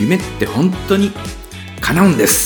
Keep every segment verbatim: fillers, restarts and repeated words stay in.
夢って本当に叶うんです。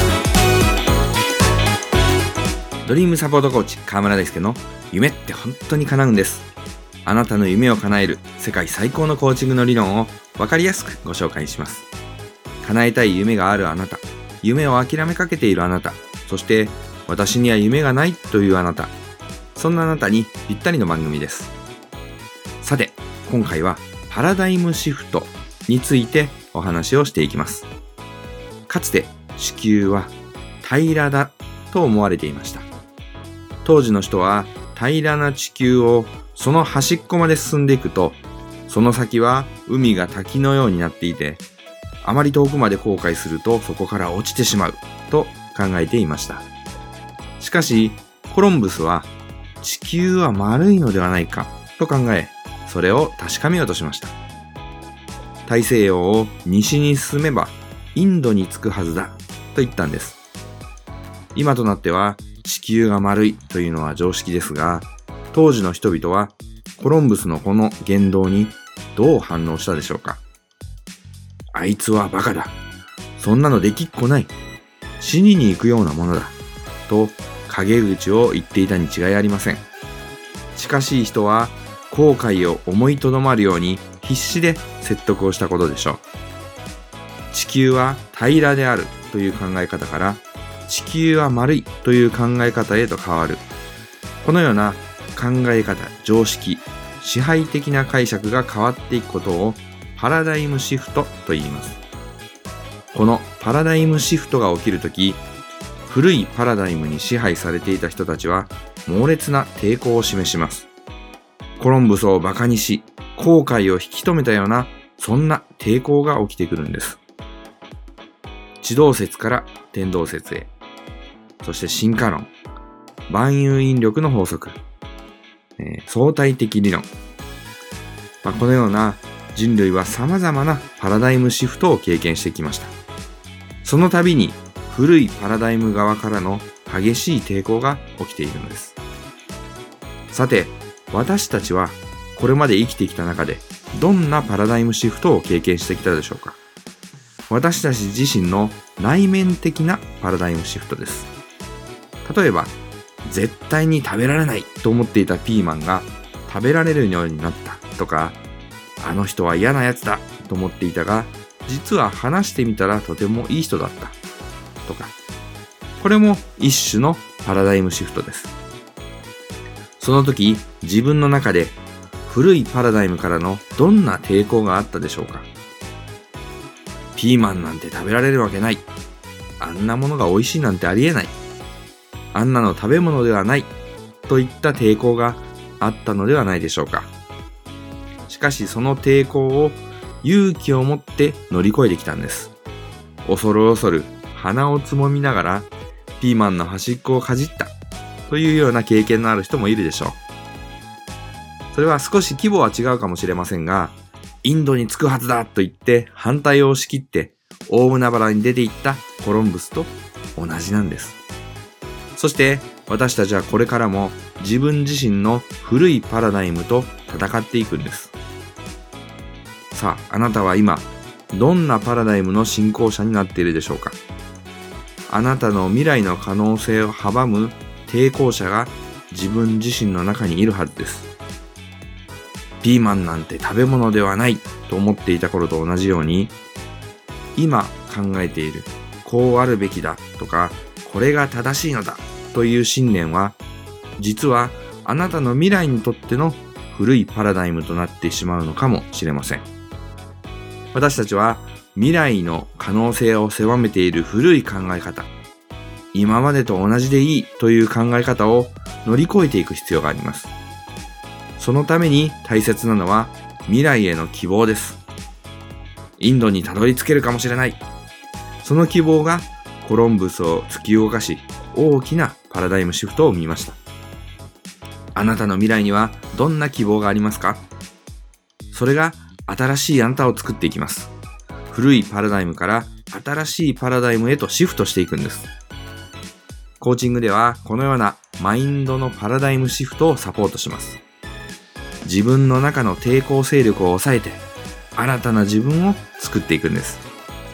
ドリームサポートコーチ川村大輔の夢って本当に叶うんです。あなたの夢を叶える世界最高のコーチングの理論を分かりやすくご紹介します。叶えたい夢があるあなた、夢を諦めかけているあなた、そして私には夢がないというあなた、そんなあなたにぴったりの番組です。さて、今回はパラダイムシフトについてお話をしていきます。かつて地球は平らだと思われていました。当時の人は平らな地球をその端っこまで進んでいくと、その先は海が滝のようになっていて、あまり遠くまで航海するとそこから落ちてしまうと考えていました。しかしコロンブスは地球は丸いのではないかと考え、それを確かめようとしました。大西洋を西に進めばインドに着くはずだと言ったんです。今となっては地球が丸いというのは常識ですが、当時の人々はコロンブスのこの言動にどう反応したでしょうか。あいつはバカだ。そんなのできっこない。死にに行くようなものだ。と陰口を言っていたに違いありません。近しい人は後悔を思いとどまるように必死で説得をしたことでしょう。地球は平らであるという考え方から地球は丸いという考え方へと変わる。このような考え方、常識、支配的な解釈が変わっていくことをパラダイムシフトと言います。このパラダイムシフトが起きるとき、古いパラダイムに支配されていた人たちは猛烈な抵抗を示します。コロンブスをバカにし、後悔を引き止めたような、そんな抵抗が起きてくるんです。地動説から天動説へ、そして進化論、万有引力の法則、えー、相対的理論、まあ、このような人類は様々なパラダイムシフトを経験してきました。その度に古いパラダイム側からの激しい抵抗が起きているのです。さて、私たちはこれまで生きてきた中でどんなパラダイムシフトを経験してきたでしょうか。私たち自身の内面的なパラダイムシフトです。例えば、絶対に食べられないと思っていたピーマンが食べられるようになったとか、あの人は嫌なやつだと思っていたが、実は話してみたらとてもいい人だったとか、これも一種のパラダイムシフトです。その時、自分の中で古いパラダイムからのどんな抵抗があったでしょうか。ピーマンなんて食べられるわけない。あんなものが美味しいなんてありえない。あんなの食べ物ではない。といった抵抗があったのではないでしょうか。しかしその抵抗を勇気を持って乗り越えてきたんです。恐る恐る鼻をつもみながらピーマンの端っこをかじったというような経験のある人もいるでしょう。それは少し規模は違うかもしれませんが、インドに着くはずだと言って反対を押し切って大海原に出て行ったコロンブスと同じなんです。そして私たちはこれからも自分自身の古いパラダイムと戦っていくんです。さあ、あなたは今どんなパラダイムの信仰者になっているでしょうか。あなたの未来の可能性を阻む抵抗者が自分自身の中にいるはずです。ピーマンなんて食べ物ではないと思っていた頃と同じように、今考えているこうあるべきだとか、これが正しいのだという信念は、実はあなたの未来にとっての古いパラダイムとなってしまうのかもしれません。私たちは未来の可能性を狭めている古い考え方、今までと同じでいいという考え方を乗り越えていく必要があります。そのために大切なのは未来への希望です。インドにたどり着けるかもしれない。その希望がコロンブスを突き動かし、大きなパラダイムシフトを生みました。あなたの未来にはどんな希望がありますか？それが新しいあなたを作っていきます。古いパラダイムから新しいパラダイムへとシフトしていくんです。コーチングではこのようなマインドのパラダイムシフトをサポートします。自分の中の抵抗勢力を抑えて新たな自分を作っていくんです。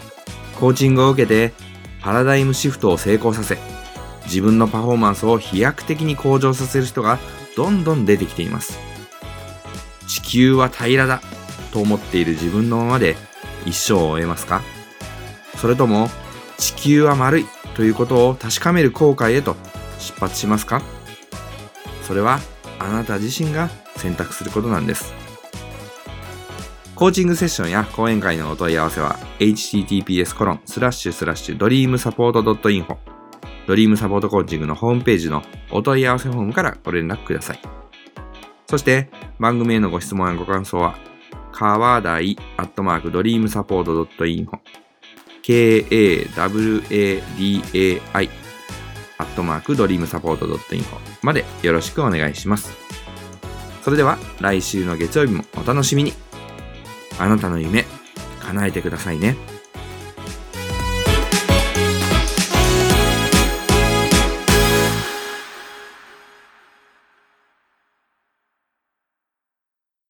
コーチングを受けてパラダイムシフトを成功させ、自分のパフォーマンスを飛躍的に向上させる人がどんどん出てきています。地球は平らだと思っている自分のままで一生を終えますか？それとも地球は丸いということを確かめる航海へと出発しますか？それはあなた自身が選択することなんです。コーチングセッションや講演会のお問い合わせは エイチティーティーピーエスコロンスラッシュスラッシュドリームサポートドットインフォ ドリームサポートコーチングのホームページのお問い合わせフォームからご連絡ください。そして番組へのご質問やご感想は川台アットマークドリームサポートドットインフォ ケーエーダブリューエーディーエーアイ アットマークドリームサポートドットインフォまでよろしくお願いします。それでは来週の月曜日もお楽しみに。あなたの夢叶えてくださいね。